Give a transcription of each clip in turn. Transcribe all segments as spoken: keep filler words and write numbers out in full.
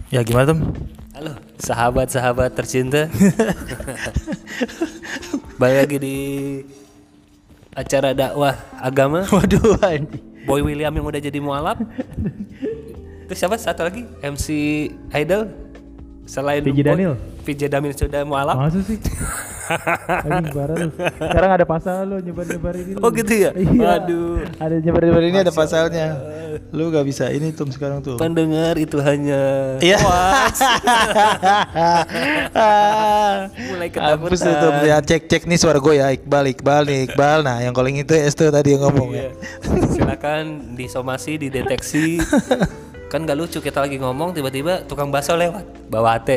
Ya gimana Tom? Halo sahabat-sahabat tercinta. Balik lagi di acara dakwah agama. Waduh anjing. Boy William yang udah jadi mualaf. Terus siapa satu lagi? M C Idol. Selain V J Daniel. V J Daniel sudah mualaf. Masa sih? Anjing parah lu. Sekarang ada pasal lu nyebar-nyebar ini. Oh gitu ya? Iya. Waduh. Ada nyebar-nyebar ini ada Ada pasal. pasalnya. Lu gak bisa ini Tom sekarang tuh. Pendengar itu hanya Iya. hoax. Mulai Hapus tuh ketakutan. Tom. Ya cek cek nih suara gue ya Iqbal Iqbal nih Iqbal. Nah yang calling itu es tuh tadi yang ngomong ya. Iya. Silakan disomasi, dideteksi. Kan gak lucu kita lagi ngomong tiba-tiba tukang bakso lewat bawa H T.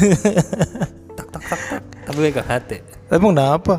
Tak tak tak tak. Tapi megang H T. Emang kenapa?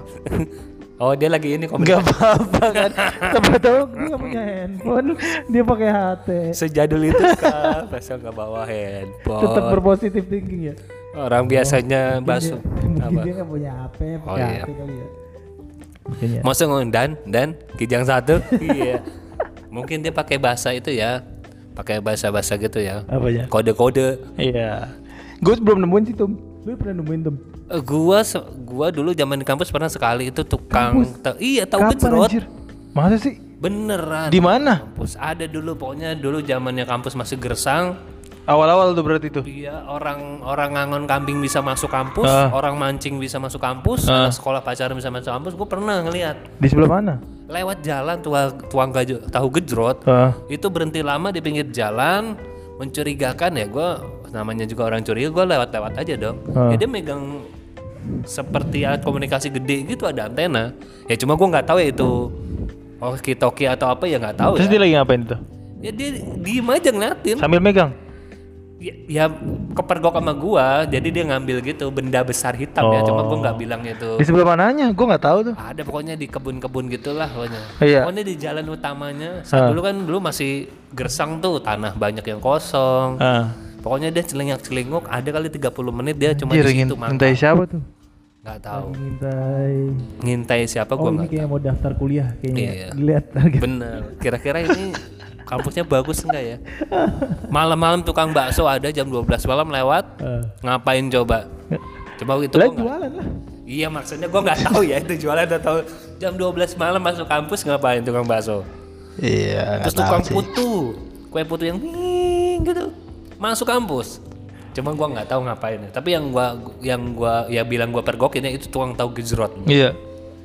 Oh dia lagi ini komen. Gak apa-apa kan. Tahu-tahu dia nggak punya handphone, dia pakai H T. Sejadul itu kah? Bakso nggak bawa handphone. Tetap berpositif thinking ya. Orang biasanya bakso. Mungkin Apa? dia nggak punya H P, pakai Oh, iya. H T kali ya. Mungkin ya. Masa ngomong dan dan kijang satu. Iya. Mungkin dia pakai bahasa itu ya. Pakai bahasa-bahasa gitu ya. Apanya? Kode-kode. Iya. Gue belum nemuin sih Tom. Lu pernah nemuin Tom? Eh, gua se- gua dulu zaman di kampus pernah sekali itu tukang ta- iya tahu Kapan gejrot. anjir? Masa sih? Beneran. Di mana? Kampus ada dulu pokoknya dulu zamannya kampus masih gersang. Awal-awal tuh berarti tuh. Iya, orang orang ngangon kambing bisa masuk kampus, Ah. orang mancing bisa masuk kampus, Ah. anak sekolah pacaran bisa masuk kampus. Gue pernah ngelihat Di sebelah mana? lewat jalan tua, tuang gaju, tahu gejrot. Ah. Itu berhenti lama di pinggir jalan, mencurigakan ya. Gue namanya juga orang curiga, gue lewat-lewat aja dong. Ah. Ya dia megang seperti alat komunikasi gede gitu, ada antena. Ya cuma gue nggak tahu ya itu walkie-talkie atau apa ya nggak tahu Terus ya. dia lagi ngapain itu? Ya dia diem aja ngeliatin. Sambil megang. Ya, ya kepergok sama gua, jadi dia ngambil gitu benda besar hitam ya, cuma gua nggak bilang itu. Di sebelah mananya? Gue nggak tahu tuh. Ada pokoknya di kebun-kebun gitulah pokoknya. Iya. Pokoknya di jalan utamanya. Saat Ah. dulu kan dulu masih gersang tuh, tanah banyak yang kosong. Ah. Pokoknya dia celingak-celinguk, ada kali tiga puluh menit dia cuma Dia di ingin situ makan. mintai siapa tuh? Nggak tahu. Ngintai. Ngintai siapa Oh gua ini nggak kayak mau daftar kuliah kayaknya. Iya. Lihat tahu. Bener. Kira-kira ini kampusnya bagus enggak ya? Malam-malam tukang bakso ada jam dua belas malam lewat. Ah. Ngapain coba? Coba itu Lah gua nggak- jualan lah. Iya maksudnya gue nggak tahu ya itu jualan atau jam dua belas malam masuk kampus ngapain tukang bakso. Iya. Terus tukang putu, kue putu yang ting gitu masuk kampus. Cuma gue nggak tahu ngapain. Tapi yang gue yang gua ya bilang gue pergokin ya itu tukang tahu gejrot. Iya.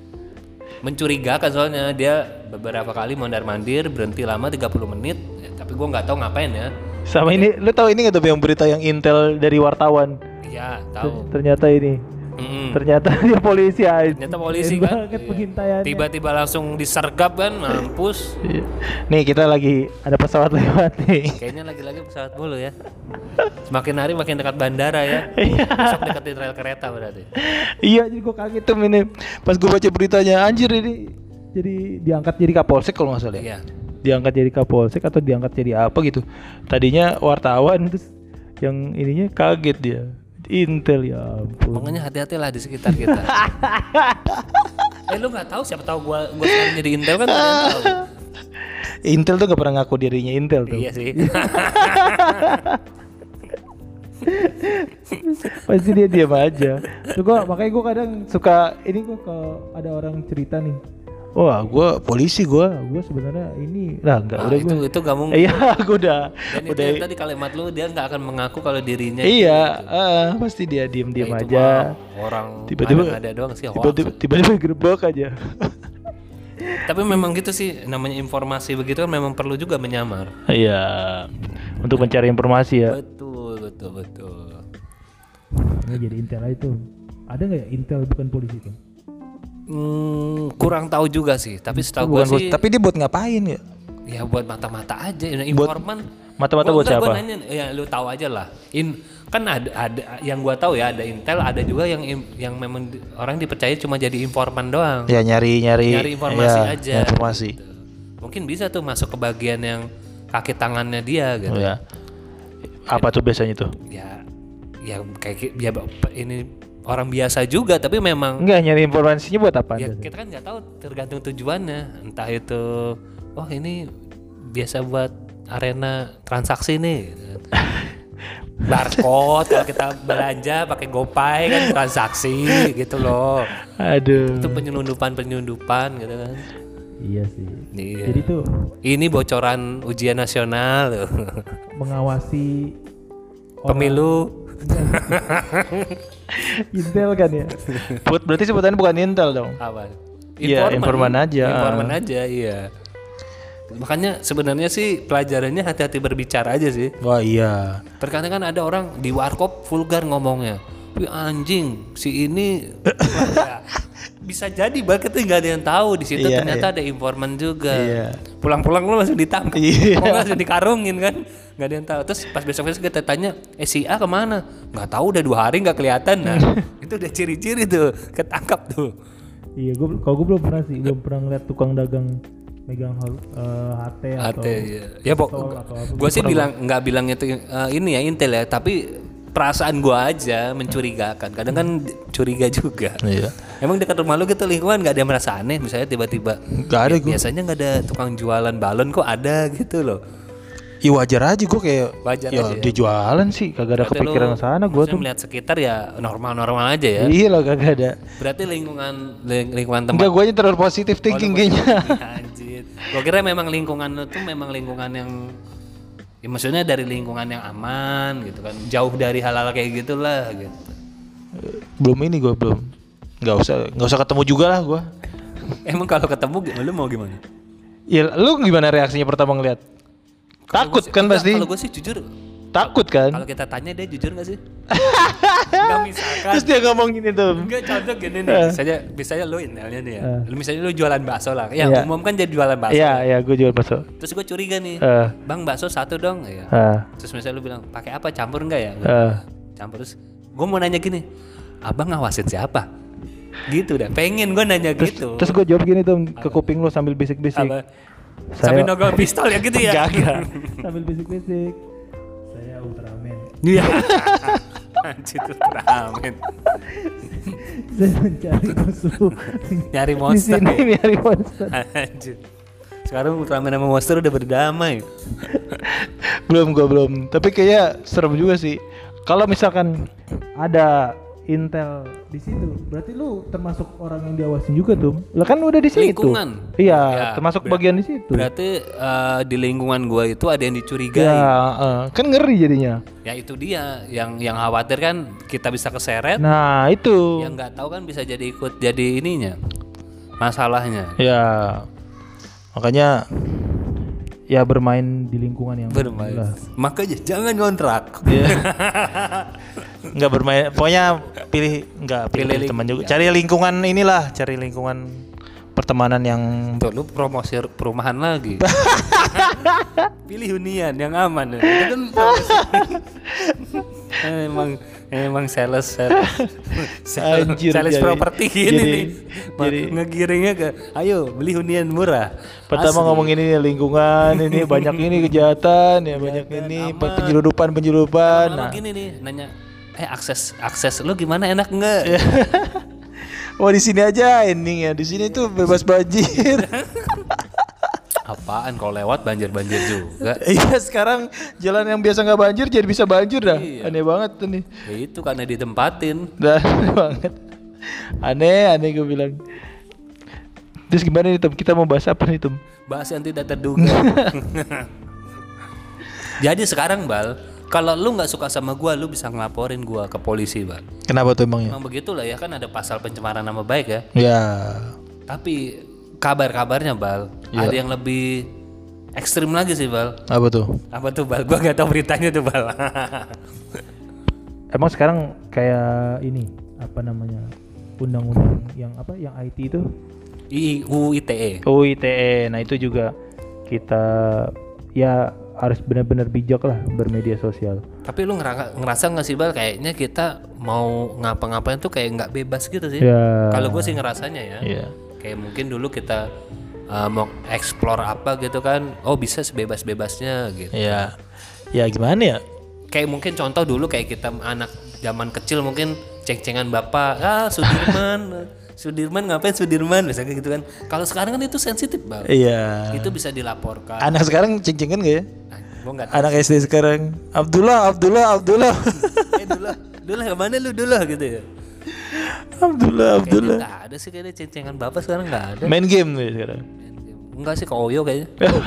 Mencurigakan soalnya dia beberapa kali mondar mandir berhenti lama tiga puluh menit. Ya, tapi gue nggak tahu ngapain ya. Sama ini, lu tahu ini nggak tuh yang berita yang intel dari wartawan? Iya tahu. Ternyata ini. Mm-mm. Ternyata dia polisi aja. Ternyata polisi Keren kan. banget Iya. pengintaiannya. Tiba-tiba langsung disergap kan, mampus. Iya. Nih kita lagi ada pesawat lewat nih. Kayaknya lagi-lagi pesawat mulu ya. Semakin hari makin dekat bandara ya. Iya. Besok deketin rel kereta berarti. Iya, jadi gue kaget tuh ini. Pas gue baca beritanya, anjir ini. Jadi diangkat jadi kapolsek kalau nggak salah. ya? Iya. Diangkat jadi kapolsek atau diangkat jadi apa gitu. Tadinya wartawan terus yang ininya kaget dia. Intel ya ampun. Pokoknya hati-hatilah di sekitar kita. eh lu nggak tahu siapa tahu gua gua sekarang jadi Intel kan ada yang tahu. Intel tuh gak pernah ngaku dirinya Intel tuh. Iya sih. Pasti dia diam aja. Tuh gua makanya gua kadang suka ini gua kalau ada orang cerita nih. Wah, gue polisi gue. Gua sebenarnya ini lah enggak Nah, udah itu gua. itu gak mungkin. Iya, gue udah. Dan itu udah. yang tadi kalimat lu dia nggak akan mengaku kalau dirinya Iya, itu, ah, pasti dia diem-diem Ya, itu aja. mah orang Tiba-tiba ada, ada doang sih hoax. Tiba-tiba tiba-tiba gerbek aja. Tapi memang gitu sih namanya informasi begitu kan memang perlu juga menyamar. Iya. Untuk mencari informasi ya. Betul, betul, betul. Nggak jadi Intel aja tuh. Ada nggak ya Intel bukan polisi tuh? Hmm, kurang tahu juga sih, tapi setahu Bukan gua bos, sih tapi dia buat ngapain ya? ya buat mata-mata aja, nah, informan. mata-mata Gua- buat enggak, siapa? Gua nanya, ya lu tahu aja lah. In, kan ada ada yang gua tahu ya ada Intel, ada juga yang im- yang memang di- orang dipercaya cuma jadi informan doang. Ya nyari-nyari Nyari informasi ya, aja. nyari informasi. Gitu. Mungkin bisa tuh masuk ke bagian yang kaki tangannya dia gitu. Oh, ya. Apa tuh biasanya tuh? Ya ya kayak ki- ya ini orang biasa juga tapi memang Enggak, nyari informasinya buat apa? ya kita kan nggak tahu tergantung tujuannya, entah itu oh ini biasa buat arena transaksi nih. barcode kalau kita belanja pakai GoPay kan transaksi gitu loh. Aduh. Itu penyelundupan-penyelundupan gitu kan. Iya sih. Iya. Jadi tuh Ini bocoran ujian nasional loh. mengawasi Pemilu. Intel kan ya. Put berarti sebutannya bukan Intel dong. Apa? Iya, informan aja. Informan aja, iya. Makanya sebenarnya sih pelajarannya hati-hati berbicara aja sih. Wah iya. Terkadang kan ada orang di warkop vulgar ngomongnya. Wih anjing, si ini ya, bisa jadi bahkan nggak ada yang tahu di situ Iya, ternyata iya. ada informan juga. Iya. Pulang-pulang lu langsung ditangkap, Iya. mau langsung dikarungin kan, nggak ada yang tahu. Terus pas besok-besok kita tanya, eh si A kemana? Nggak tahu, udah dua hari nggak kelihatan. Nah itu udah ciri-ciri tuh, ketangkap tuh. Iya, gue kalau gue belum pernah sih, belum pernah ngeliat tukang dagang megang uh, H T atau H T ya. Ya pok, pistol atau apa. gue sih bilang nggak bilang itu uh, ini ya Intel ya, tapi perasaan gue aja mencurigakan. Kadang kan curiga juga. Iya. Emang dekat rumah lu gitu lingkungan nggak ada yang merasa aneh, misalnya tiba-tiba Nggak ada ya, gua. biasanya nggak ada tukang jualan balon kok ada gitu loh. Iya wajar aja gue kayak. Wajar ya, aja ya. dia jualan sih, kagak ada Berarti kepikiran lu ke sana gue maksudnya tuh. melihat sekitar ya normal-normal aja ya. Iya lah kagak ada. Berarti lingkungan ling- lingkungan tempat. Enggak, gue aja terlalu positif thinking kayaknya. Anjir. Gua kira memang lingkungan lu tuh memang lingkungan yang ya maksudnya dari lingkungan yang aman gitu kan. Jauh dari hal-hal kayak gitulah gitu. Belum ini gue belum. Nggak usah, nggak usah ketemu juga lah gue. Emang kalau ketemu lu mau gimana? Ya lu gimana reaksinya pertama ngeliat? Takut kan pasti. Kalau gue sih jujur Takut kan? kalau kita tanya dia jujur gak sih? Enggak misalkan. Terus dia ngomong gini tuh. Enggak contoh gini nih. Misalnya misalnya lu Intelnya nih ya. Eh. Lu misalnya lu jualan bakso lah. Ya Iya. umum kan jadi jualan bakso. Iya, iya, gue jual bakso. Terus gue curiga nih. Eh. Bang bakso satu dong ya. Ah, Terus misalnya lu bilang pakai apa campur enggak ya? ah. Campur. Terus gue mau nanya gini. Abang ngawasin siapa? Gitu dah. Pengen gue nanya gitu. Terus gue jawab gini tuh ke kuping lu sambil bisik-bisik. apa? Saya- Sambil nogol pistol ya gitu ya. Gagak. Sambil bisik-bisik. Saya Ultraman. Iya. Anjir tuh ramen. Saya mencari musuh. Nyari Di monster. sini ya? nyari monster. Anjir. Sekarang Ultraman sama monster udah berdamai. Belum gue belum. Tapi kayaknya serem juga sih. Kalau misalkan ada Intel di situ, berarti lu termasuk orang yang diawasin juga tuh. Lah kan udah di situ. Lingkungan. Iya, Ya, termasuk ber- bagian di situ. Berarti eh, di lingkungan gua itu ada yang dicurigai. Ya, Ya. eh, kan ngeri jadinya. itu dia yang yang khawatir kan kita bisa keseret. Nah, itu. Yang nggak tahu kan bisa jadi ikut jadi ininya. Masalahnya. Ya. Makanya Ya bermain di lingkungan yang Bermain. lah. Makanya jangan ngontrak. nggak bermain. Pokoknya pilih nggak pilih, Pilih teman ling- juga. Cari lingkungan inilah, cari lingkungan pertemanan yang Tuh lu promosi perumahan lagi. Pilih hunian yang aman. Ya. Itu kan promosi. emang emang sales sales, sales, Anjir, sales jadi- properti ini jadi- nih. Ma- jadi- ngegiringnya ke ayo beli hunian murah. pertama Asli. ngomong ini lingkungan ini banyak ini kejahatan ya banyak ini aman. penyeludupan penyeludupan. Lama-lama Nah, gini nih nanya eh akses akses lu gimana enak enggak? wah di sini aja ending ya. Di sini tuh bebas banjir. Apaan kalau lewat banjir-banjir juga. Iya sekarang jalan yang biasa nggak banjir jadi bisa banjir dah. Iya. Aneh banget tuh nih. Ya itu karena ditempatin. Dah aneh banget. Aneh aneh gue bilang. Terus gimana nih Tom? Kita mau bahas apa nih Tom? Bahas yang tidak terduga. Jadi sekarang Bal, kalau lu nggak suka sama gua, lu bisa ngelaporin gua ke polisi, Bal. Kenapa tuh emangnya? Emang begitulah ya, kan ada pasal pencemaran nama baik ya. Ya. Tapi kabar-kabarnya Bal, Ya. ada yang lebih ekstrim lagi sih Bal. Apa tuh? Apa tuh Bal? Gua nggak tahu beritanya tuh Bal. Emang sekarang kayak ini apa namanya undang-undang yang apa yang I T itu I U I T E. U I T E. Nah itu juga kita ya harus benar-benar bijak lah bermedia sosial. Tapi lu ngera- ngerasa nggak sih Bal, kayaknya kita mau ngapa-ngapain tuh kayak nggak bebas gitu sih. Ya. Kalau gue sih ngerasanya ya. Iya. Kayak mungkin dulu kita uh, mau explore apa gitu kan, oh bisa sebebas-bebasnya gitu. Ya. Ya gimana ya? Kayak mungkin contoh dulu kayak kita anak zaman kecil mungkin ceng-cengan bapak, ah Sudirman, Sudirman ngapain Sudirman misalnya gitu kan. Kalau sekarang kan itu sensitif Bal. Iya. Itu bisa dilaporkan. Anak sekarang ceng-cengan gak ya? Gua nggak tahu. Anak S D sekarang Abdullah, Abdullah, Abdullah. Eh dulu, dulu kemana lu dulu gitu ya? Abdullah, Kayaknya Abdullah. nggak ada sih kayaknya ceng-cengan bapak sekarang nggak ada. Main game nih sekarang. Enggak sih ke Oyo kayaknya.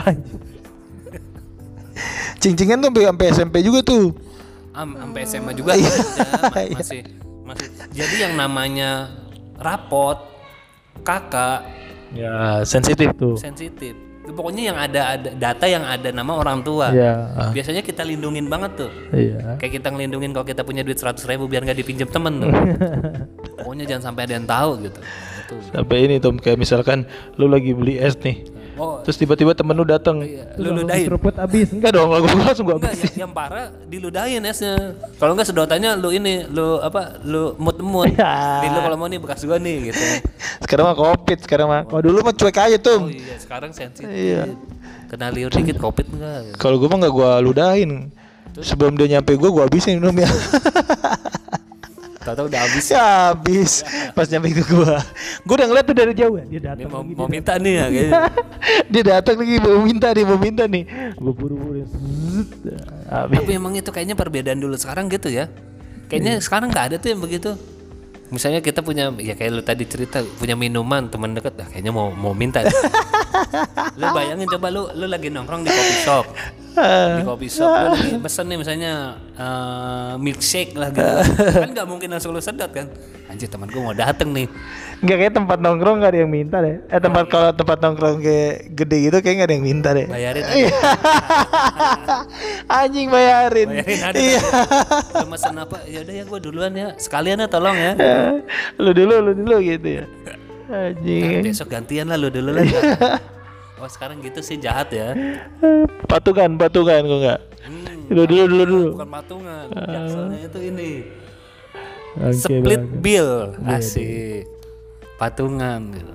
Cing-cingan tuh sampai sampai S M P juga tuh. Am sampai S M A juga ada, ma- masih masih. Jadi yang namanya rapot, kakak, Ya, sensitif tuh. sensitif. Pokoknya yang ada ada data yang ada nama orang tua. Iya. ah, Biasanya kita lindungin banget tuh. Iya. Kayak kita ngelindungin kalau kita punya duit seratus ribu biar nggak dipinjam temen tuh. Pokoknya jangan sampai ada yang tahu gitu. Itu. Sampai ini Tom, kayak misalkan lu lagi beli es nih. Oh, Terus tiba-tiba temen lu datang. iya, lu ludahin. Seruput abis. Enggak dong, gua langsung gua Enggak, habisin. yang, yang parah diludahin esnya. Kalau enggak sedotannya lu ini, lu apa? Lu mut-mut. Ya. Nih lu kalau mau nih bekas gua nih gitu. Sekarang mah Covid, sekarang mah. Kalau dulu mah cuek aja Oh tuh. iya, sekarang sensitif. Iya. Kena liur dikit covid enggak? Gitu. Kalau gua mah enggak gua ludahin. Sebelum dia nyampe gua, gua habisin minumnya. Tahu-tahu udah habis. Ya habis pas nyampe ke gua. Gua udah ngeliat tuh dari jauh ya. Dia Ini datang mau, lagi. mau dia minta nih ya kayaknya. dia datang lagi mau minta nih, mau minta nih. Gua buru-buru. zzzz, habis. Tapi emang itu kayaknya perbedaan dulu sekarang gitu ya. Kayaknya sekarang nggak ada tuh yang begitu. Misalnya kita punya, ya kayak lu tadi cerita punya minuman teman dekat, ah, kayaknya mau mau minta. Deh. Lu bayangin coba lu lu lagi nongkrong di coffee shop, di coffee shop lu lagi pesen nih misalnya uh, milkshake lah gitu. Kan nggak mungkin langsung lu sedot kan. Anjir teman gua mau dateng nih. Enggak, kayak tempat nongkrong gak ada yang minta deh. Eh tempat kalau tempat nongkrong kayak gede gitu kayak gak ada yang minta deh. Bayarin aja. Iya. Anjing bayarin. Bayarin ada. Iya. Lu mesen apa? Ya udah ya gua duluan ya. Sekalian ya tolong ya. Lu dulu, lu dulu gitu ya. Nah, Anjing. besok gantian lah lu dulu lah. Oh sekarang gitu sih jahat ya. Patungan, patungan kok enggak. Hmm, Dulu dulu dulu dulu. bukan patungan. Jakselnya itu ini. Oke, Split bagus. bill. Asik. Patungan gitu.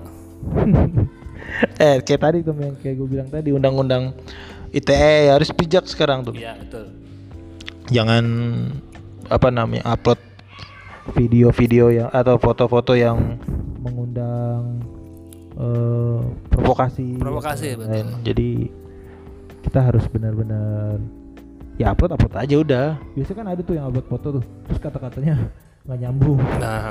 Eh kayak tadi tuh yang kayak gue bilang tadi, undang-undang I T E harus bijak sekarang tuh. Iya betul. Jangan apa namanya upload video-video yang atau foto-foto yang mengundang eh, provokasi. Provokasi, atau betul. lain. Jadi kita harus benar-benar ya upload upload aja udah. Biasanya kan ada tuh yang upload foto tuh, terus kata-katanya nggak nyambung. Nah.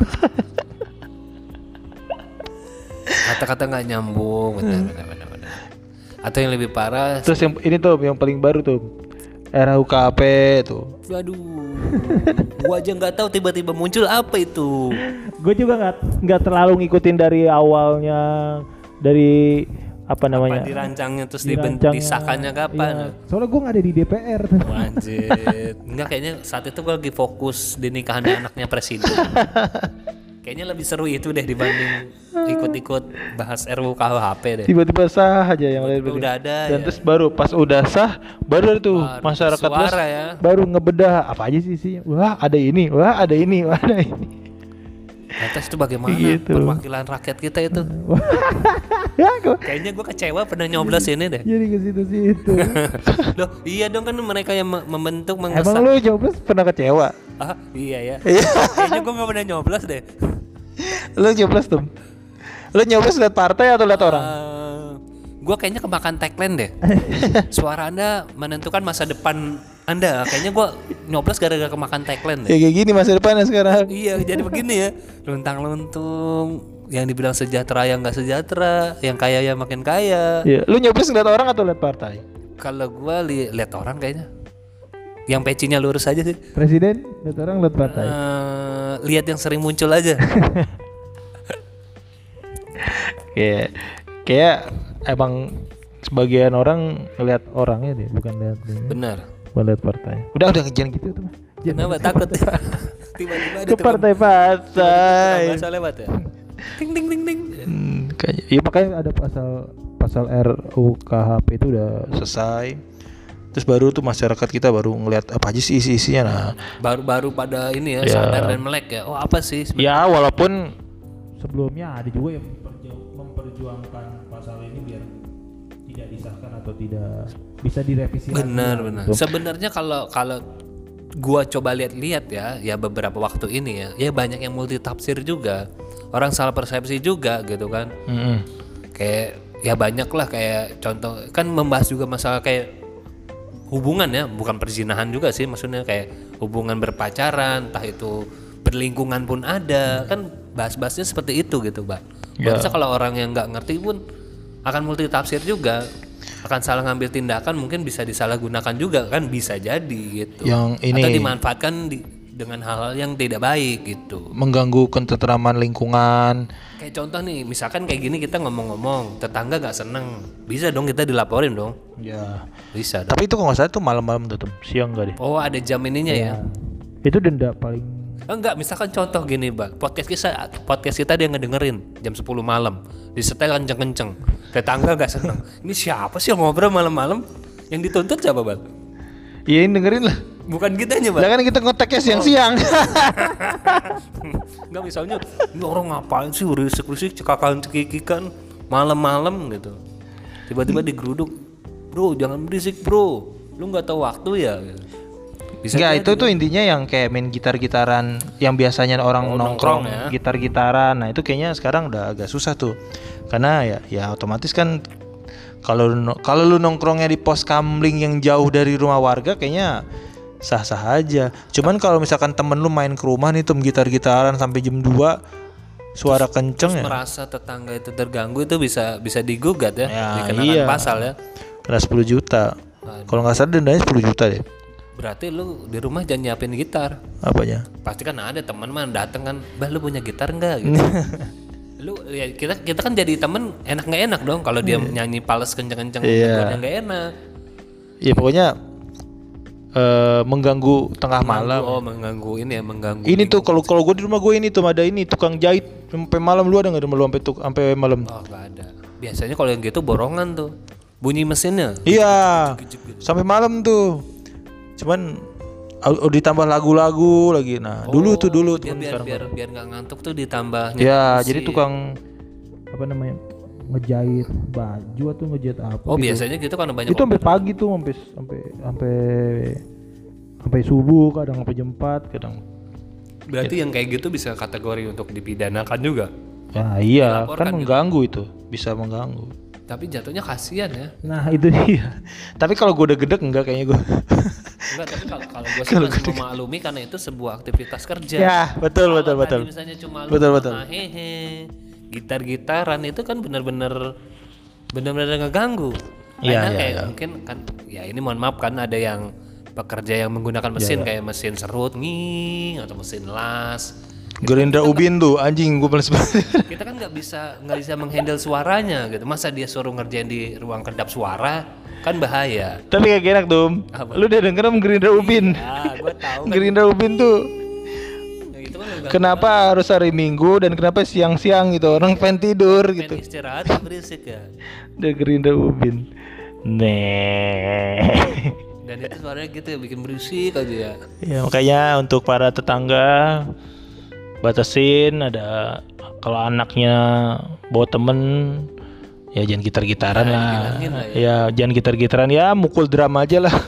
Kata-kata nggak nyambung, benar, benar, benar, benar. Atau yang lebih parah, Terus yang ini tuh yang paling baru tuh R U K P tuh. waduh, gua aja nggak tahu tiba-tiba muncul apa itu. Gue juga nggak nggak terlalu ngikutin dari awalnya, dari apa namanya Apa dirancangnya terus diben- dirancangnya. disahkannya kapan? Iya. Soalnya gue nggak ada di D P R. Wah, anjir. Enggak, kayaknya saat itu gue lagi fokus di nikahannya anaknya presiden. Kayaknya lebih seru itu deh dibanding ikut-ikut bahas R U U K H P deh. Tiba-tiba sah aja yang lain. Tiba-tiba udah ada, Dan ya. terus baru pas udah sah baru tuh Baru masyarakat suara luas ya. baru ngebedah apa aja sih isinya. Wah ada ini, wah ada ini, wah ada ini. Atas itu bagaimana Gitu. perwakilan rakyat kita itu? Ya kok Kayaknya gue kecewa pernah nyoblos ini deh. jadi ke situ-situ. Loh, iya dong kan mereka yang me- membentuk Emang mengesahkan. lu nyoblos pernah kecewa? Ah, iya ya. Iya. Kayaknya gue gak pernah nyoblos deh. Lu nyoblos tuh? Lu nyoblos liat partai atau liat orang? Gue kayaknya kemakan tagline deh. Suara Anda menentukan masa depan Anda. Kayaknya gue nyoblos gara-gara kemakan tagline deh. Ya kayak gini masa depannya sekarang. Iya, jadi begini ya. Luntang-luntung. Yang dibilang sejahtera yang gak sejahtera, yang kaya yang makin kaya. Iya, lu nyoblos ngeliat orang atau liat partai? Kalau gue li- lihat orang kayaknya, yang pecinya lurus aja sih. Presiden, liat orang liat partai. Eh, lihat yang sering muncul aja. Kayak kayak emang sebagian orang ngeliat orangnya deh, bukan lihat Benar. bukan lihat partai. Udah udah jangan gitu tuh. Kenapa takut ya? Tiba-tiba ada Ke partai-partai. Bahasa lewat ya. Ting ting ting ting. Hmm, kayaknya, iya makanya ada pasal pasal R U K H P itu udah selesai. Terus baru tuh masyarakat kita baru ngelihat apa aja sih isi-isinya. Nah, Baru-baru pada ini ya, Ya. sadar dan melek ya. Oh apa sih? sebenarnya? ya walaupun sebelumnya ada juga yang memperju- memperjuangkan pasal ini biar tidak disahkan atau tidak bisa direvisi. lagi Benar lah, benar. gitu. Sebenarnya kalau kalau gua coba lihat-lihat ya, ya beberapa waktu ini ya, ya banyak yang multi tafsir juga. Orang salah persepsi juga gitu kan. Mm-mm. Kayak ya banyak lah kayak contoh kan membahas juga masalah kayak hubungan ya, bukan perzinahan juga sih, maksudnya kayak hubungan berpacaran, entah itu berlingkungan pun ada, kan bahas-bahasnya seperti itu gitu, Mbak. Ya. Biasa kalau orang yang nggak ngerti pun akan multi tafsir juga, akan salah ngambil tindakan, mungkin bisa disalahgunakan juga kan, bisa jadi gitu. Yang ini atau dimanfaatkan di, dengan hal-hal yang tidak baik gitu. mengganggu ketentraman lingkungan. Kayak contoh nih, misalkan kayak gini kita ngomong-ngomong, tetangga nggak seneng, bisa dong kita dilaporin dong, Ya. bisa dong. Tapi itu kalau nggak salah tuh malam-malam tuh, Tem. Siang enggak deh. Oh ada jam ininya ya? Itu denda paling. Enggak, misalkan contoh gini, Mbak. Podcast kita podcast kita dia ngedengerin jam sepuluh malam. Disetel kenceng-kenceng. Tetangga enggak seneng. Ini siapa sih yang ngobrol malam-malam? Yang dituntut siapa, Bang? Iya, ini dengerin lah. Bukan kitanya, Bang. Lah kan kita kontaknya siang-siang. Enggak, misalnya ini orang ngapain sih berisik-berisik cekakan cekikikan malam-malam gitu. Tiba-tiba digeruduk. Bro, jangan berisik, Bro. Lu enggak tahu waktu ya? Bisa Enggak, jadi, itu tuh intinya yang kayak main gitar-gitaran yang biasanya orang Oh, nongkrong, nongkrong ya. gitar-gitaran. Nah, itu kayaknya sekarang udah agak susah tuh. Karena ya ya otomatis kan kalau lu- kalau lu nongkrongnya di pos kamling yang jauh dari rumah warga kayaknya sah-sah aja. Cuman kalau misalkan temen lu main ke rumah nih tuh gitar-gitaran sampai jam dua suara kenceng ya. merasa tetangga itu terganggu itu bisa bisa digugat ya, Ya, dikenakan iya. pasal ya. Kena sepuluh juta. Kalau nggak salah dendanya sepuluh juta deh. Berarti lu di rumah jangan nyiapin gitar. Apanya? Pasti kan ada teman mah dateng kan, "Bah, lu punya gitar enggak?" gitu. Lu ya kita kita kan jadi temen enak nggak enak dong kalau dia nyanyi pales kenceng-kenceng, Iya. yang nggak enak. Ya pokoknya eh, mengganggu tengah malam. Oh, mengganggu ini ya, mengganggu. Ini tuh kalau kalau gue di rumah gue ini tuh ada ini tukang jahit sampai malam. Lu ada nggak di rumah lu sampai tuk sampai malam? Oh, nggak ada. Biasanya kalau yang gitu borongan tuh. Bunyi mesinnya. Iya, sampai malam tuh. Cuman au- ditambah lagu-lagu lagi. Nah, dulu tuh dulu Dia tuh biar biar biar nggak ngantuk tuh ditambah. ya, musik. jadi tukang Apa namanya? Ngejahit baju atau ngejahit apa Oh, gitu. biasanya gitu karena banyak Itu sampai pagi tuh, sampai sampai sampai sampai subuh, kadang sampai jam empat, kadang. Berarti yang kayak gitu bisa kategori untuk dipidanakan juga. Ya iya, Dilaporkan kan gitu. mengganggu itu, bisa mengganggu. Tapi jatuhnya kasihan ya. Nah, itu dia. Tapi kalau gue udah gedek enggak kayaknya gue. Enggak, tapi kalau kalau gue sih masih memaklumi karena itu sebuah aktivitas kerja. Ya, betul Kalau betul tadi betul. Misalnya cuma lu Betul, betul. sama hehe, gitar-gitaran itu kan benar-benar benar-benar ngeganggu. Iya, Karena iya, kayak iya. mungkin kan ya ini mohon maaf kan ada yang pekerja yang menggunakan mesin Iya, kayak mesin serut nging atau mesin las. Gerindra Ubin tuh anjing gue males banget. Kita kan nggak bisa nggak bisa menghandle suaranya gitu. Masa dia suruh ngerjain di ruang kedap suara kan bahaya. Tapi gak enak tuh. Apa? Lu udah denger em Gerindra Ubin? Ya, gue tahu kan. Gerindra Ubin tuh Ya, itu kan udah kenapa harus hari Minggu dan kenapa siang-siang gitu orang pengen tidur gitu. pengen istirahat berisik ya. Dari Gerindra Ubin. Nih. Dan itu suaranya gitu ya bikin berisik aja ya. Ya makanya untuk para tetangga batasin, ada kalau anaknya bawa temen ya jangan gitar-gitaran Nah, lah. dibilangin lah Ya jangan gitar-gitaran, ya mukul drum aja lah.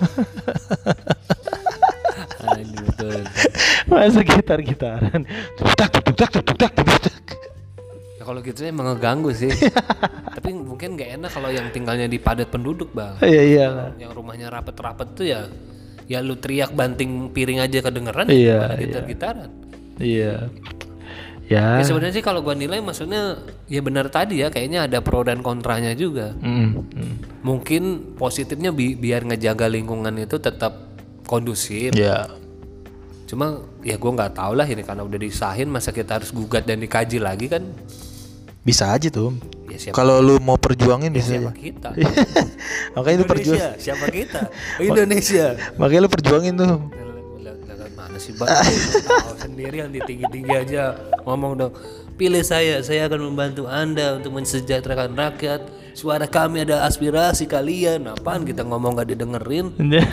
Aduh, betul. Masa gitar-gitaran. Tutak tutak tutak tutak tutak. Ya, kalau gitu emang ngeganggu sih. Tapi mungkin nggak enak kalau yang tinggalnya di padat penduduk, Bang. Iya iyalah. Yang rumahnya rapet-rapet tuh ya ya lu teriak banting piring aja kedengeran, Iya, gimana iya. gitar-gitaran. Iya. Ya. Ya sebenarnya sih kalau gua nilai maksudnya ya benar tadi ya, kayaknya ada pro dan kontranya juga. Mm, mm. Mungkin positifnya bi- biar ngejaga lingkungan itu tetap kondusif. Ya. Cuma ya gua nggak tahu lah ini karena udah disahin masa kita harus gugat dan dikaji lagi kan. Bisa aja tuh. Ya siapa, Kalau lu mau perjuangin bisa siapa aja. kita? Makanya lu perjuang. Indonesia, siapa kita? Indonesia. Makanya lu perjuangin tuh. Lihat mana sih Bang? Tahu sendiri yang di tinggi-tinggi aja ngomong dong. Pilih saya, saya akan membantu Anda untuk mensejahterakan rakyat. Suara kami ada aspirasi kalian. Apaan kita ngomong gak didengerin?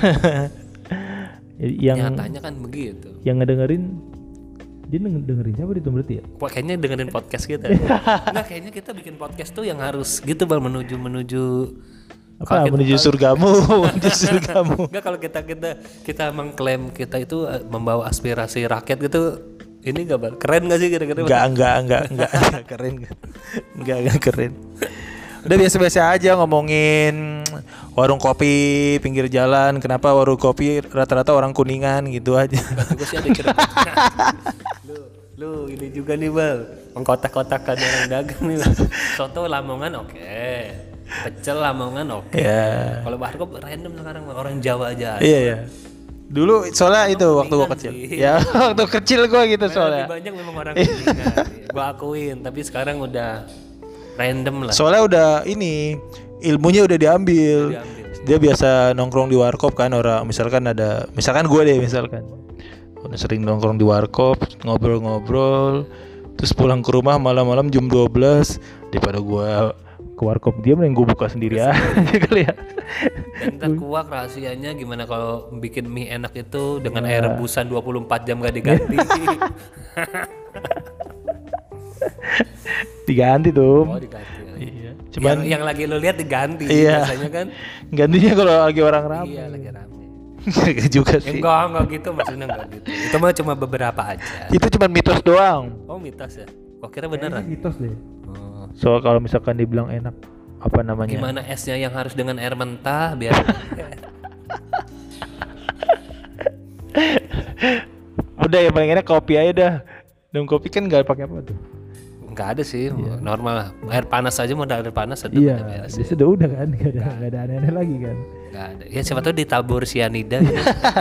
yang Nyatanya kan begitu. yang ngedengerin dia denger- dengerin siapa itu berarti ya? Kok kayaknya dengerin podcast kita. Enggak, kayaknya kita bikin podcast tuh yang harus gitu Bang, menuju menuju Apa Kalau kita- menuju Surgamu, menuju surgamu. Enggak, kalau kita kita kita mengklaim kita itu eh, membawa aspirasi rakyat gitu, ini enggak Bang? Keren enggak sih kira-kira? Enggak, enggak, enggak, enggak, enggak keren. Enggak, enggak keren. Udah biasa-biasa aja ngomongin warung kopi pinggir jalan. Kenapa warung kopi rata-rata orang Kuningan gitu aja. Juga sih ada cerita. lu, lu ini juga nih Bal, mengkotak-kotakan orang dagang nih Bal. Soto Lamongan oke, pecel Lamongan oke. Ya. Kalau warkop random sekarang orang Jawa aja. Iya ya. Dulu soalnya itu waktu gua kecil. sih. Ya waktu kecil gua gitu Lebih soalnya. banyak memang orang Kuningan. Gua akuin, tapi sekarang udah random lah. Soalnya udah ini ilmunya udah diambil. Diambil. Dia biasa nongkrong di warkop kan orang. Misalkan ada, misalkan gue deh misalkan. Udah sering nongkrong di warkop, ngobrol-ngobrol, terus pulang ke rumah malam-malam jam dua belas daripada gua ke warkop dia mending gue buka sendiri aja kali ya. Dan ntar kuak rahasianya gimana kalau bikin mie enak itu dengan air rebusan dua puluh empat jam gak diganti. Diganti tuh. Oh diganti. Iya. Cuman yang, yang lagi lo lihat diganti iya. biasanya kan. Gantinya kalau lagi orang rame. Iya lagi rame. Enggak juga sih. Enggak, enggak gitu maksudnya enggak gitu. Itu mah cuma beberapa aja. Itu cuma mitos doang. Oh mitos ya? Kok kira beneran? Mitos deh. Oh. Soal kalau misalkan dibilang enak apa namanya? Gimana esnya yang harus dengan air mentah biar Udah yang paling enak kopi aja dah. Dan kopi kan nggak pakai apa tuh? enggak ada sih, normal lah. Air panas aja mau air panas seduh Iya, udah beres. dia sudah udah kan, nggak ada nggak ada aneh-aneh lagi kan. Enggak ada. Ya siapa tahu ditabur sianida gitu.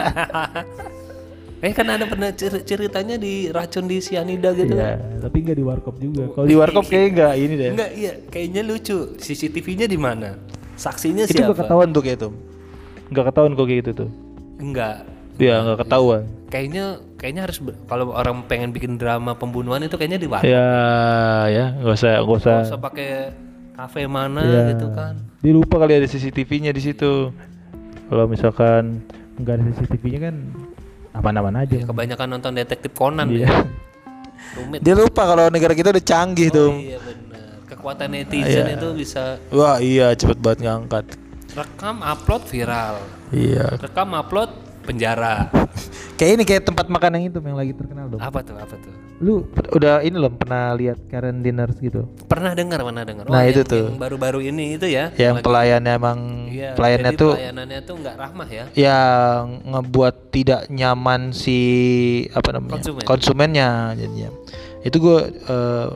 Eh kan ada pernah cer- ceritanya di racun di sianida gitu. Iya, tapi nggak di warkop juga. Kalau di warkop kayaknya nggak ini deh. Enggak, iya, kayaknya lucu. C C T V-nya di mana? Saksinya Itu siapa? gak ketahuan tuh kayak itu. Nggak ketahuan kok kayak gitu tuh. Enggak. Iya, nggak ketahuan. Kayaknya kayaknya harus ber- kalau orang pengen bikin drama pembunuhan itu kayaknya di warkop. Ya, ya, nggak usah, nggak usah. Nggak usah pakai kafe mana Iya. gitu kan. Dia lupa kali ada C C T V-nya di situ. Kalau misalkan nggak ada C C T V-nya kan aman-aman aja. Ya, kebanyakan nonton detektif Conan Iya. ya. Rumit. Dia lupa kalau negara kita udah canggih Oh, tuh. iya benar. Kekuatan netizen Iya. itu bisa Wah iya cepet banget ngangkat. rekam upload viral. Iya. Rekam upload penjara. Kayak ini kayak tempat makan yang itu yang lagi terkenal dong. Apa tuh? Apa tuh? Lu p- udah ini loh pernah lihat Karen Dinners gitu? Pernah dengar, pernah dengar. Nah, yang, itu tuh. yang baru-baru ini itu ya. Yang lagi- pelayannya emang Iya, pelayannya jadi tuh pelayanannya tuh nggak ramah ya. yang ngebuat tidak nyaman si apa namanya Konsumen. konsumennya jadinya. Itu gue eh,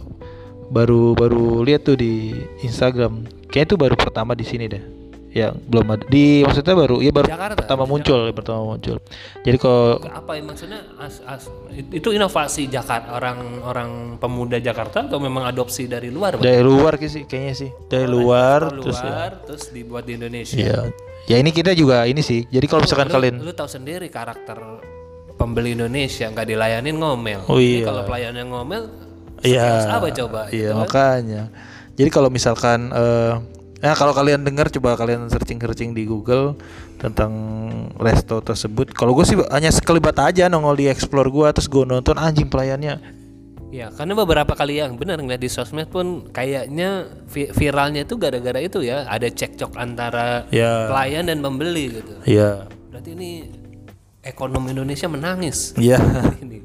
baru baru lihat tuh di Instagram. Kayaknya itu baru pertama di sini deh. Yang belum ada di maksudnya baru ya baru Jakarta, pertama di muncul ya, pertama muncul. Jadi kalau Apa ya maksudnya? As, as, itu inovasi Jakarta orang-orang pemuda Jakarta atau memang adopsi dari luar? Bang? dari luar sih kayaknya sih dari luar Luar, terus ya. terus dibuat di Indonesia. Iya. Ya ini kita juga ini sih. Jadi kalau misalkan lu, kalian lu tahu sendiri karakter pembeli Indonesia nggak dilayanin ngomel. Oh, Ini iya. kalau pelayannya ngomel, iya. sekelas apa coba? Iya, gitu kan? makanya. Jadi kalau misalkan eh nah kalau kalian dengar coba kalian searching-searching di Google tentang resto tersebut. Kalau gue sih hanya sekelibat aja nongol di explore gue terus gue nonton anjing pelayannya. Ya, karena beberapa kali yang benar ngeliat di sosmed pun kayaknya vi- viralnya itu gara-gara itu ya, ada cekcok antara Ya. pelayan dan pembeli gitu. Iya. Berarti ini ekonomi Indonesia menangis. Iya. Ini.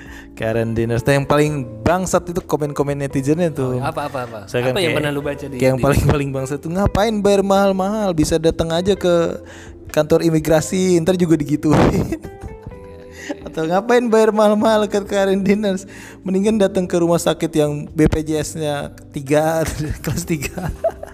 Karen Dinners. Nah, yang paling bangsat itu komen-komen netizennya tuh. Apa apa apa? Saya kan apa yang kayak- pernah lu baca di? Kayak yang di- paling paling bangsat tuh ngapain bayar mahal-mahal, bisa datang aja ke kantor imigrasi, ntar juga digituin. Atau ngapain bayar mahal-mahal ke Karen Dinners, mendingan datang ke rumah sakit yang B P J S-nya tiga kelas tiga.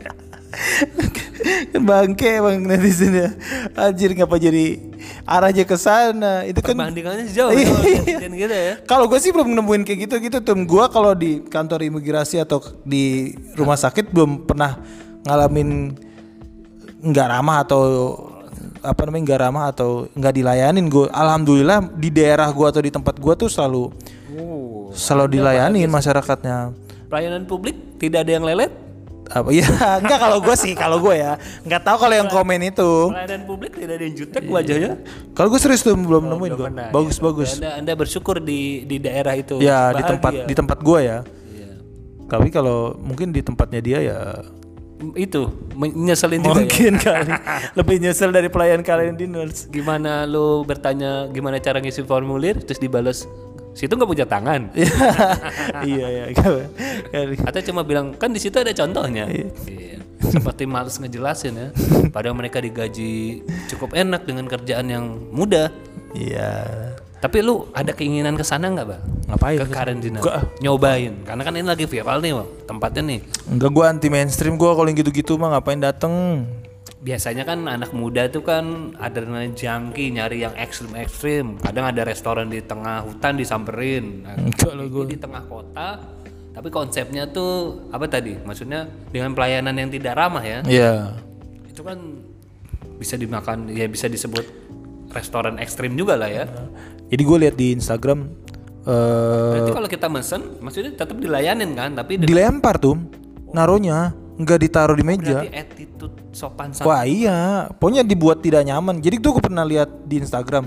Kan bangke bang netizen ya. Anjir ngapa jadi arahnya ke sana. Itu kan Perbandingannya jauh ya, netizen gitu ya. kalau gue sih belum nemuin kayak gitu gitu tuh. Gue kalau di kantor imigrasi atau di rumah sakit belum pernah ngalamin nggak ramah atau apa namanya nggak ramah atau nggak dilayanin. Gue alhamdulillah di daerah gue atau di tempat gue tuh selalu Oh, selalu dilayanin masyarakatnya. pelayanan publik tidak ada yang lelet. Apa ya enggak kalau gue sih kalau gue ya nggak tahu kalau yang komen itu. Pelayanan publik tidak ada yang jutek wajahnya. Kalau gue serius tuh belum nemuin Belum gue. pernah, Bagus ya. bagus. Anda Anda bersyukur di di daerah itu. Ya di Bahagia. tempat di tempat gue ya. Iya. Tapi kalau mungkin di tempatnya dia ya Itu menyeselin juga ya. mungkin kali lebih nyesel dari pelayan Karen Dinners. Gimana lu bertanya gimana cara ngisi formulir terus dibalas situ nggak punya tangan. Iya iya. Atau cuma bilang kan di situ ada contohnya. Iya. Seperti males ngejelasin ya. Padahal mereka digaji cukup enak dengan kerjaan yang mudah. Iya. Tapi lu ada keinginan ke sana nggak, Bang? Ngapain? Ke karantina. Enggak. Nyobain. Karena kan ini lagi viral nih, Bang. Tempatnya nih. Enggak, gua anti mainstream gua kalau yang gitu-gitu mah ngapain dateng. Biasanya kan anak muda tuh kan adrenalin junkie, nyari yang ekstrim-ekstrim. Kadang ada restoran di tengah hutan disamperin. Nah, Enggak lah gua. di tengah kota. Tapi konsepnya tuh apa tadi? Maksudnya dengan pelayanan yang tidak ramah ya. Iya. Itu kan bisa dimakan, ya bisa disebut restoran ekstrim juga lah ya. Jadi gue lihat di Instagram eh Berarti kalau kita mesen, maksudnya tetap dilayanin kan? Tapi dengan- dilempar tuh naruhnya, nggak ditaruh di meja. berarti attitude sopan santun. Wah iya, pokoknya dibuat tidak nyaman. Jadi tuh gue pernah lihat di Instagram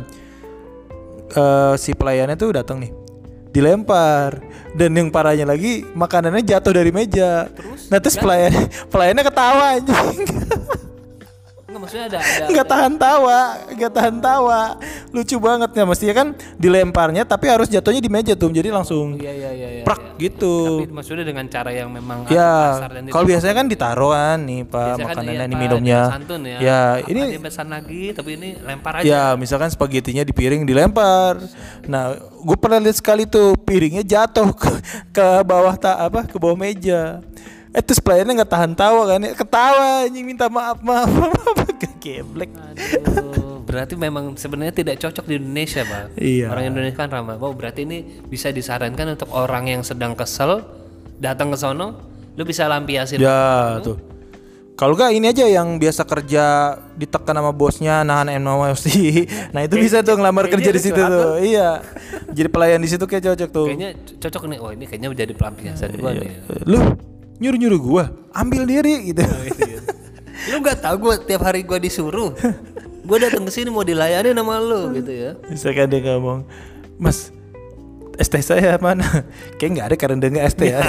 eh si pelayannya tuh datang nih, dilempar, dan yang parahnya lagi makanannya jatuh dari meja. Terus? Nah terus pelayan pelayannya ketawa anjing. Enggak, maksudnya ada ada Nggak tahan tawa, nggak tahan tawa, lucu banget ya. Mestinya kan dilemparnya, tapi harus jatuhnya di meja tuh, jadi langsung Iya iya iya iya. prak iya. gitu. Tapi maksudnya dengan cara yang memang Ya, kasar dan kalau tidak- biasanya kan ditaruhan nih pak biasanya kan makanannya, iya, nih Pak, minumnya. dengan santun ya. Ya, Apa ini dia pesan lagi, tapi ini lempar aja. ya misalkan spagettinya di piring dilempar. Nah, gue pernah lihat sekali tuh piringnya jatuh ke, ke bawah tak apa ke bawah meja. Eh terus pelayannya nggak tahan tawa kan, ketawa anjing minta maaf maaf maaf geblek. Aduh, berarti memang sebenarnya tidak cocok di Indonesia, Pak. Iya. Orang Indonesia kan ramah. Oh, berarti ini bisa disarankan untuk orang yang sedang kesel datang ke sono, lu bisa lampiasin. Ya tuh. Kalau gak ini aja yang biasa kerja ditekan sama bosnya nahan emosi. Nah itu bisa tuh ngelamar kerja di situ tuh. Iya. Jadi pelayan di situ kayak cocok tuh. Kayaknya cocok nih. Oh, ini kayaknya jadi pelampiasan gua nih. Lu nyuruh-nyuruh gua ambil diri gitu. Lu nggak tahu gue tiap hari gue disuruh. Gue datang ke sini mau dilayani sama lu gitu ya. Misalkan dia ngomong, "Mas, es teh saya mana?" Kayak nggak ada karena dengan es teh ya.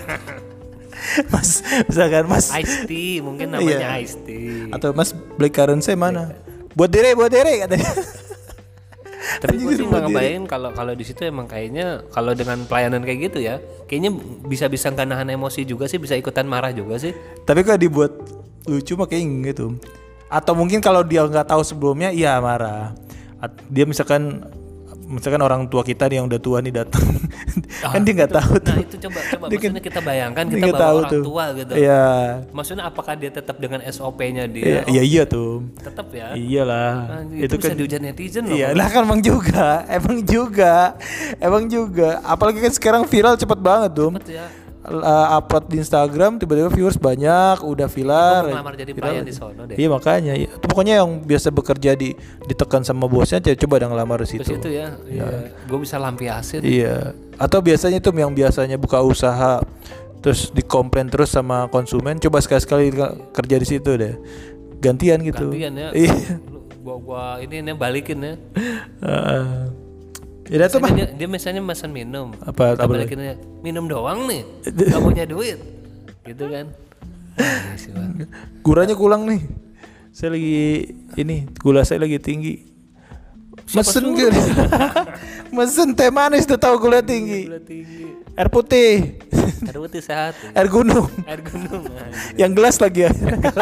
Mas, misalkan Mas Ice tea mungkin namanya Iya. ice tea. atau Mas black currant saya mana? Buat dere, buat dere katanya. Tapi gue sih Anjing, nggak buat ngebayangin kalau kalau di situ emang kayaknya kalau dengan pelayanan kayak gitu ya, kayaknya bisa-bisa nggak nahan emosi juga sih, bisa ikutan marah juga sih. Tapi kalau dibuat lucu mah kayak gitu. Atau mungkin kalau dia nggak tahu sebelumnya, iya marah. At- Dia misalkan misalkan orang tua kita nih yang udah tua nih datang, kan dia nggak tahu tuh. Nah itu coba coba Dia maksudnya kita bayangkan dia kita nggak bawa tahu orang tuh. tua gitu. Iya. Maksudnya apakah dia tetap dengan S O P-nya Iya, dia? iya iya tuh. Tetap ya. Iyalah. Anjing, itu, bisa dihujat netizen loh. Iya, lah kan emang juga, emang juga, emang juga. Apalagi kan sekarang viral cepet banget tuh. Cepet ya. Uh, upload di Instagram tiba-tiba viewers banyak, udah viral. Gua mau ngelamar jadi pelayan di sono deh. Iya makanya, iya. Pokoknya yang biasa bekerja di ditekan sama bosnya, coba dah ngelamar di Terus situ. itu ya, iya. Gue bisa lampiasin. Iya. Atau biasanya tuh yang biasanya buka usaha terus dikomplain terus sama konsumen, coba sekali-sekali kerja di situ deh. Gantian gitu. Gantian ya. Iya. Lu- Gua gua ini nih balikin ya. Heeh. Ya tuh mah. Dia, dia misalnya pesan minum. Apa- Kita apa balikin aja. Minum doang nih. Gak punya duit. Gitu kan. Ah, iya sih, Bang. Guranya kurang nih. Saya lagi ini gula saya lagi tinggi. Mesen gitu. Mesen teh manis tuh tahu gula tinggi. Gula tinggi. Air putih. Air putih sehat. Ya. Air gunung. Air gunung. Yang gelas lagi ya.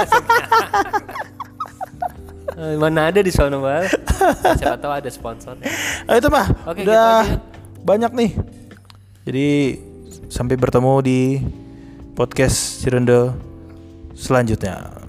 Eh, Mana ada di sono, Bang. Siapa tahu ada sponsor. Nah, itu mah Oke, udah gitu aja. banyak nih. Jadi sampai bertemu di podcast Cirende selanjutnya.